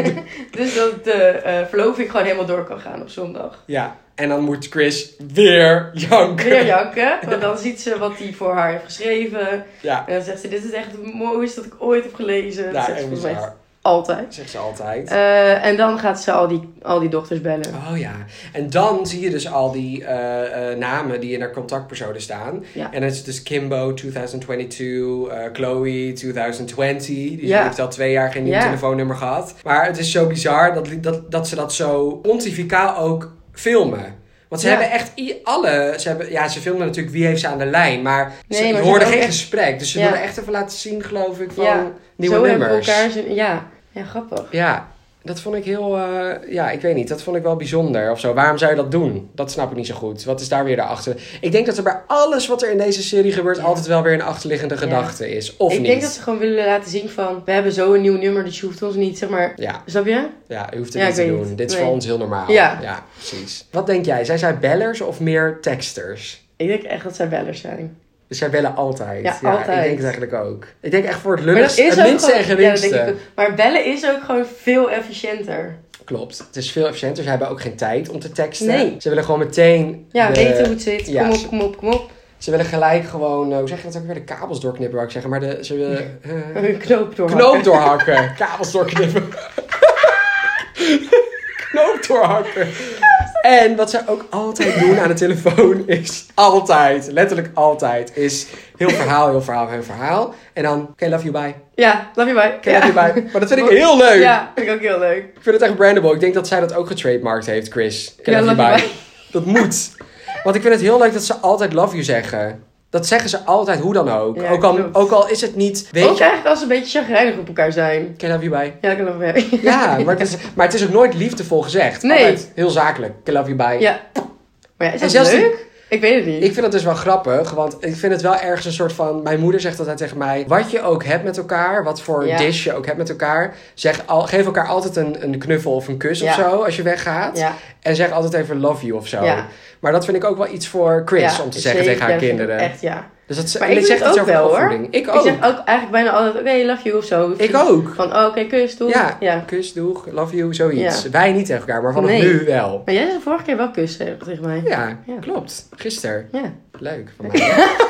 dus dat de uh, verloving gewoon helemaal door kan gaan op zondag. Ja, en dan moet Chris weer janken. Weer janken, want dan ziet ze wat hij voor haar heeft geschreven. Ja. En dan zegt ze, dit is echt het mooiste dat ik ooit heb gelezen. Ja, dat zegt ze altijd. Zegt ze altijd. Uh, en dan gaat ze al die, al die dochters bellen. Oh ja. En dan zie je dus al die uh, uh, namen die in haar contactpersonen staan. Ja. En dan is het dus Kimbo tweeduizend tweeëntwintig, uh, Chloe tweeduizend twintig. Die ja. heeft al twee jaar geen nieuw ja. telefoonnummer gehad. Maar het is zo bizar dat, dat, dat ze dat zo pontificaal ook filmen. Want ze ja. hebben echt i- alle... Ze hebben, ja, ze filmen natuurlijk wie heeft ze aan de lijn. Maar nee, ze maar hoorden ze geen echt... gesprek. Dus ze ja. wilden echt even laten zien, geloof ik, van ja. nieuwe zo nummers. Zo hebben we elkaar... Ja. ja, grappig. Ja, dat vond ik heel... Uh, ja, ik weet niet. Dat vond ik wel bijzonder of zo. Waarom zou je dat doen? Dat snap ik niet zo goed. Wat is daar weer daarachter? Ik denk dat er bij alles wat er in deze serie gebeurt... Ja. altijd wel weer een achterliggende gedachte ja. is. Of ik niet. Ik denk dat ze gewoon willen laten zien van... We hebben zo een nieuw nummer, dus je hoeft ons niet, zeg maar... Ja. Snap je? Ja, je hoeft het ja, niet te doen. niet. Dit is nee. voor ons heel normaal. Ja. ja, precies. Wat denk jij? Zijn zij bellers of meer teksters? Ik denk echt dat zij bellers zijn. Dus zij bellen altijd. Ja, ja altijd. Ik denk het eigenlijk ook. Ik denk echt voor het lulligste, het minste en geringste. Ja, dat denk ik ook. Maar bellen is ook gewoon veel efficiënter. Klopt. Het is veel efficiënter. Ze hebben ook geen tijd om te teksten. Nee. Ze willen gewoon meteen... Ja, de... weten hoe het zit. Ja, kom op, ze- kom op, kom op. Ze willen gelijk gewoon... uh, hoe zeg je dat ook weer? De kabels doorknippen, wou ik zeggen. Maar de, ze willen... uh, Een knoop doorhakken. knoop doorhakken. Kabels doorknippen. knoop doorhakken. En wat zij ook altijd doen aan de telefoon is... Altijd, letterlijk altijd... is heel verhaal, heel verhaal, heel verhaal. En dan... Oké, okay, love you, bye. Ja, love you, bye. Oké, Ja. love you, bye. Maar dat vind ik heel leuk. Ja, vind ik ook heel leuk. Ik vind het echt brandable. Ik denk dat zij dat ook getrademarkt heeft, Chris. Oké, Ja, love you, love bye. you, Dat moet. Want ik vind het heel leuk dat ze altijd love you zeggen. Dat zeggen ze altijd, hoe dan ook. Ja, ook, al, klopt. ook al is het niet... Weet Ook je... eigenlijk als ze een beetje chagrijnig op elkaar zijn. Oké, love you, bye. Ja, ik love you. Ja, maar het, is, maar het is ook nooit liefdevol gezegd. Nee. Altijd heel zakelijk. Oké, love you, bye. Ja. Maar ja, is En dat zelfs die- leuk? Ik weet het niet. Ik vind dat dus wel grappig, want ik vind het wel ergens een soort van... Mijn moeder zegt altijd tegen mij, wat je ook hebt met elkaar, wat voor Ja. dish je ook hebt met elkaar, zeg al, geef elkaar altijd een, een knuffel of een kus Ja. of zo als je weggaat. Ja. En zeg altijd even love you of zo. Ja. Maar dat vind ik ook wel iets voor Chris Ja, om te zeggen zeker, tegen haar ja, vind ik kinderen. Echt, ja. Dus dat, Maar en ik dit doe zegt het iets ook over wel, hoor. opvoeding. Ik Ik ook. zeg ook eigenlijk bijna altijd, oké, love you of zo. Ik ook. Van, oh, oké, kus, doe. Ja, Ja. kus, doeg, love you, zoiets. Ja. Wij niet tegen elkaar, maar vanaf Nee. nu wel. Maar jij zei vorige keer wel kussen tegen mij. Ja, Ja. klopt. Gisteren. Ja. Leuk van mij.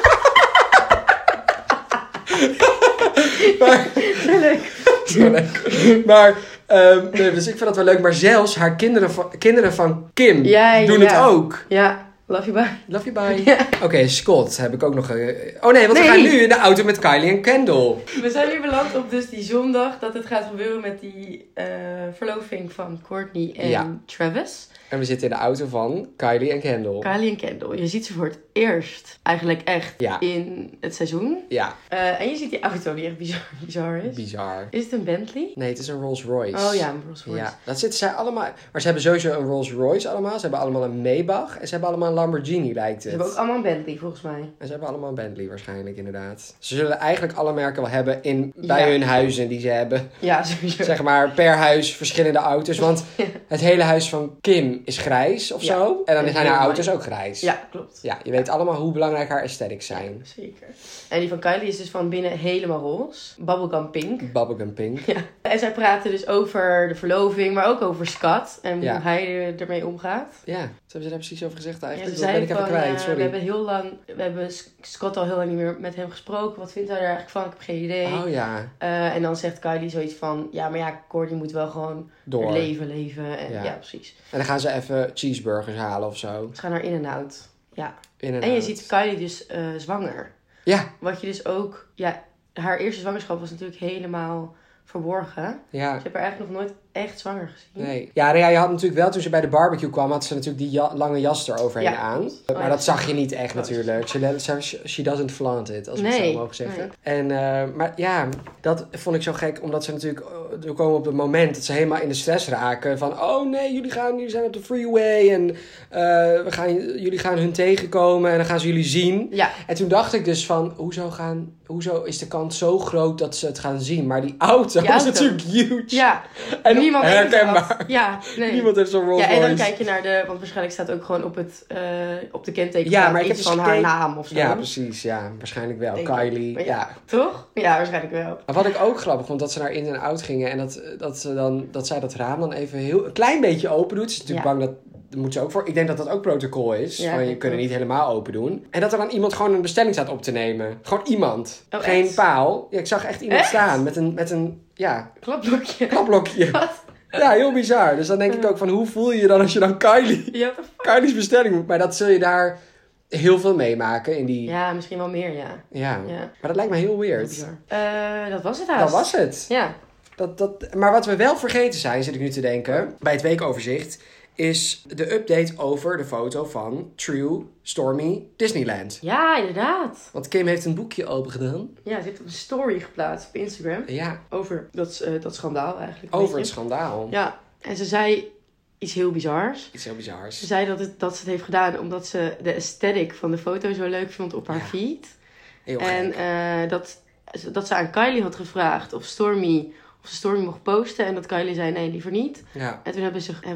maar, Leuk. zo leuk. Maar, ehm, nee, dus ik vind dat wel leuk. Maar zelfs haar kinderen van, kinderen van Kim Ja, doen ja. het ook. Ja, love you, bye. Love you, bye. Ja. Oké, Scott heb ik ook nog... eh, oh nee, want we Nee. gaan nu in de auto met Kylie en Kendall. We zijn nu beland op dus die zondag dat het gaat gebeuren met die eh, verloving van Courtney en Ja. Travis. En we zitten in de auto van Kylie en Kendall. Kylie en Kendall. Je ziet ze voor het eerst eigenlijk echt Ja. in het seizoen. Ja, Eh, en je ziet die auto die echt bizar, bizar is. bizar. Is het een Bentley? Nee, het is een Rolls Royce. Oh ja, een Rolls Royce. Ja, dat zitten zij allemaal... Maar ze hebben sowieso een Rolls Royce allemaal. Ze hebben allemaal een Maybach. En ze hebben allemaal een Lamborghini, lijkt Ze het. hebben ook allemaal een Bentley volgens mij. En ze hebben allemaal een Bentley waarschijnlijk, inderdaad. Ze zullen eigenlijk alle merken wel hebben in, bij Ja. hun huizen die ze hebben. Ja, sowieso. Zeg maar per huis verschillende auto's. Want Ja. het hele huis van Kim is grijs of Ja. zo. En dan En zijn haar heel auto's mooi. ook grijs. Ja, klopt. Ja, je weet allemaal hoe belangrijk haar aesthetics zijn. Zeker. En die van Kylie is dus van binnen helemaal roze. Bubblegum pink. Bubblegum pink. Ja. En zij praten dus over de verloving, maar ook over Scott. En Ja. hoe hij er, ermee omgaat. Ja, wat hebben ze daar precies over gezegd Ja, eigenlijk? ze dat ben ik zeiden even van, kwijt, eh, sorry. we hebben heel lang, we hebben Scott al heel lang niet meer met hem gesproken. Wat vindt hij er eigenlijk van? Ik heb geen idee. Oh ja, Eh, en dan zegt Kylie zoiets van, ja, maar ja, Courtney moet wel gewoon door. het leven leven. En, Ja. ja. precies. En dan gaan ze even cheeseburgers halen of zo. Ze gaan naar In-N-Out. Ja. In en En je out. ziet Kylie dus eh, zwanger. Ja, Wat je dus ook, ja, haar eerste zwangerschap was natuurlijk helemaal verborgen. ja. Ik heb haar eigenlijk nog nooit echt zwanger gezien. Nee. Ja, nou ja, je had natuurlijk wel, toen ze bij de barbecue kwam, had ze natuurlijk die ja- lange jas eroverheen Ja. aan. Oh, maar ja. dat zag je niet echt Oh, natuurlijk. She, she, she doesn't flaunt it, als we het Nee. zo mogen zeggen. Nee. En, eh, maar ja, dat vond ik zo gek, omdat ze natuurlijk, eh, we komen op het moment dat ze helemaal in de stress raken. Van, oh nee, jullie, gaan, jullie zijn op de freeway en eh, we gaan, jullie gaan hun tegenkomen en dan gaan ze jullie zien. Ja, En toen dacht ik dus van, hoezo, gaan, hoezo is de kans zo groot dat ze het gaan zien? Maar die auto Die was auto. natuurlijk huge. ja. En Niemand heeft herkenbaar. dat. Ja, nee. Niemand heeft zo'n Rolls Ja, en dan Royce. kijk je naar de, want waarschijnlijk staat ook gewoon op, het, eh, op de kenteken Ja, staat maar ik iets heb dus van haar gekeken- naam of zo. Ja, precies. Ja, waarschijnlijk wel. Denk ik. Kylie. Maar Ja. ja. Toch? Ja, waarschijnlijk wel. Maar wat ik ook grappig vond, dat ze naar in en out gingen. En dat, dat, ze dan, dat zij dat raam dan even heel, een klein beetje open doet. Ze is natuurlijk Ja. bang dat... Daar moet ze ook voor. Ik denk dat dat ook protocol is. Ja, van, je ik kunnen ook. niet helemaal open doen. En dat er dan iemand gewoon een bestelling staat op te nemen. Gewoon iemand. Oh, Geen echt? paal. Ja, ik zag echt iemand Echt? staan met een, met een ja, Klapblokje. klapblokje. Wat? Ja, heel bizar. Dus dan denk ik ook van, hoe voel je je dan als je dan Kylie, Ja, what the fuck? Kylie's bestelling moet? Maar dat zul je daar heel veel meemaken in die... Ja, misschien wel meer, ja. Ja. Ja. Maar dat lijkt me heel weird. Bizar. Eh, dat was het haast. Dat was het. Ja. Dat, dat, maar wat we wel vergeten zijn, zit ik nu te denken, bij het weekoverzicht, is de update over de foto van True Stormy Disneyland. Ja, inderdaad. Want Kim heeft een boekje open gedaan. Ja, ze heeft een story geplaatst op Instagram. Ja, Over dat, eh, dat schandaal eigenlijk. een over het beetje. schandaal. Ja, en ze zei iets heel bizars. Iets heel bizars. Ze zei dat, het, dat ze het heeft gedaan omdat ze de aesthetic van de foto zo leuk vond op haar Ja. feed. Heel En gek. eh, dat, dat ze aan Kylie had gevraagd of Stormy, of ze Stormy mocht posten. En dat Kylie zei nee, liever niet. Ja. En toen hebben ze, hebben ze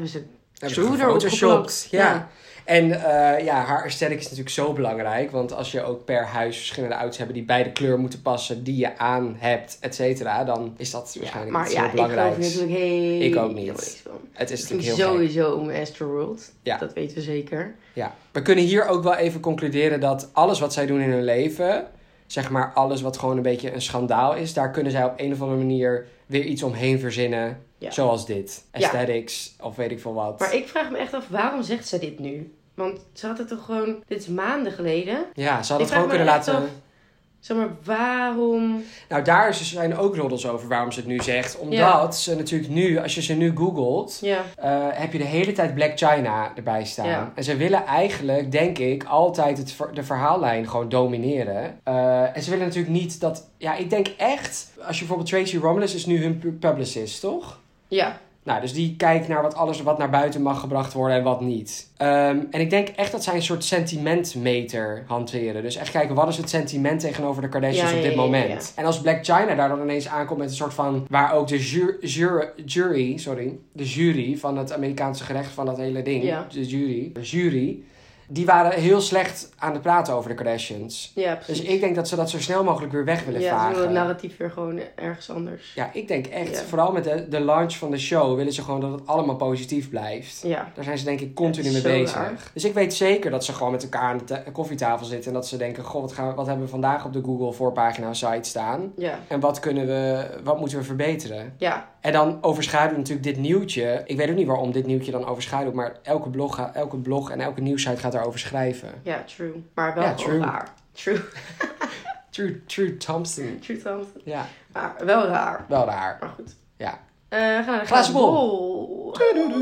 Hebben ze Schroeder gefotoshopt. opgeplopt. Ja. Ja. En uh, ja, haar aesthetic is natuurlijk zo belangrijk. Want als je ook per huis verschillende auto's hebt die bij de kleur moeten passen die je aan hebt, et cetera, dan is dat waarschijnlijk ja, iets maar heel ja, belangrijks. ik geloof natuurlijk heel... Ik ook niet. Het is Het natuurlijk ging heel gek. sowieso om Astroworld. Ja. Dat weten we zeker. Ja. We kunnen hier ook wel even concluderen dat alles wat zij doen in hun leven, zeg maar alles wat gewoon een beetje een schandaal is, daar kunnen zij op een of andere manier weer iets omheen verzinnen. Ja. Zoals dit. Ja. Aesthetics of weet ik veel wat. Maar ik vraag me echt af, waarom zegt ze dit nu? Want ze had het toch gewoon... Dit is maanden geleden. Ja, ze had Ik het gewoon vraag me kunnen echt laten... af, zeg maar, waarom... Nou, daar zijn ook roddels over waarom ze het nu zegt. Omdat ze natuurlijk nu, als je ze nu googelt, Ja. uh, heb je de hele tijd Black China erbij staan. Ja. En ze willen eigenlijk, denk ik, altijd het, ver- de verhaallijn gewoon domineren. Uh, en ze willen natuurlijk niet dat... Ja, ik denk echt, als je bijvoorbeeld Tracy Romulus is nu hun pu- publicist, toch? Ja. Nou, dus die kijkt naar wat alles wat naar buiten mag gebracht worden en wat niet. Um, en ik denk echt dat zij een soort sentimentmeter hanteren. Dus echt kijken, wat is het sentiment tegenover de Kardashians Ja, op dit ja, ja, moment? ja. En als Blac Chyna daar dan ineens aankomt met een soort van... Waar ook de ju- jur- jury, sorry, de jury van het Amerikaanse gerecht van dat hele ding. Ja. De jury, de jury. Die waren heel slecht aan het praten over de Kardashians. Ja, Dus precies. ik denk dat ze dat zo snel mogelijk weer weg willen ja, ze vagen. willen het narratief weer gewoon ergens anders. Ja, ik denk echt, Ja. vooral met de, de launch van de show, willen ze gewoon dat het allemaal positief blijft. Ja. Daar zijn ze denk ik continu Ja, mee zo bezig. raar. Dus ik weet zeker dat ze gewoon met elkaar aan de ta- koffietafel zitten en dat ze denken, goh, wat, gaan we, wat hebben we vandaag op de Google voorpagina site staan? Ja. En wat kunnen we, wat moeten we verbeteren? Ja. En dan overschaduwt natuurlijk dit nieuwtje. Ik weet ook niet waarom dit nieuwtje dan overschaduwt, maar elke blog, ga- elke blog en elke nieuwsite gaat daarover schrijven. Ja, true. Maar wel Ja, gewoon true. raar. True. True, true Thompson. True Thompson. Ja, Maar wel raar. wel raar. Maar goed. Ja. Uh, we gaan naar de Glazen glazen bol. bol.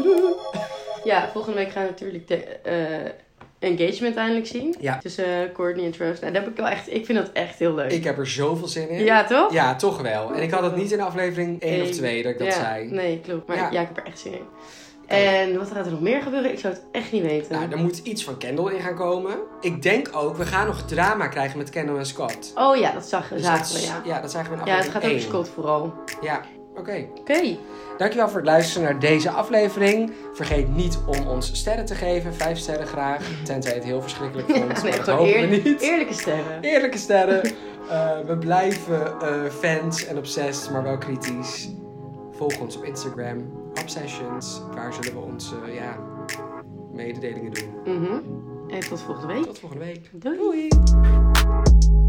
Ja, volgende week gaan we natuurlijk de uh, engagement eindelijk zien. Ja. Tussen uh, Kourtney en Travis. Nou, dat heb ik wel echt... Ik vind dat echt heel leuk. Ik heb er zoveel zin in. Ja, toch? Ja, toch wel. En ik had het niet in aflevering één of Eén. twee dat ik dat ja, zei. Nee, klopt. Maar Ja. ja. ik heb er echt zin in. En wat gaat er nog meer gebeuren? Ik zou het echt niet weten. Nou, er moet iets van Kendall in gaan komen. Ik denk ook, we gaan nog drama krijgen met Kendall en Scott. Oh ja, dat zag, Dus zagen dat, we, ja. Ja, dat zagen we in Ja, het aflevering gaat over één. Scott vooral. Ja, oké. Oké. Okay. Dankjewel voor het luisteren naar deze aflevering. Vergeet niet om ons sterren te geven. Vijf sterren graag. Tenzij je het heel verschrikkelijk vond. Ja, maar nee, dat gewoon hopen we eerlijk, niet. eerlijke sterren. Eerlijke sterren. Uh, we blijven uh, fans en obsessed, maar wel kritisch. Volg ons op Instagram. Obsessions. Waar zullen we onze uh, ja, mededelingen doen. Mm-hmm. En tot volgende week. Tot volgende week. Doei. Doei.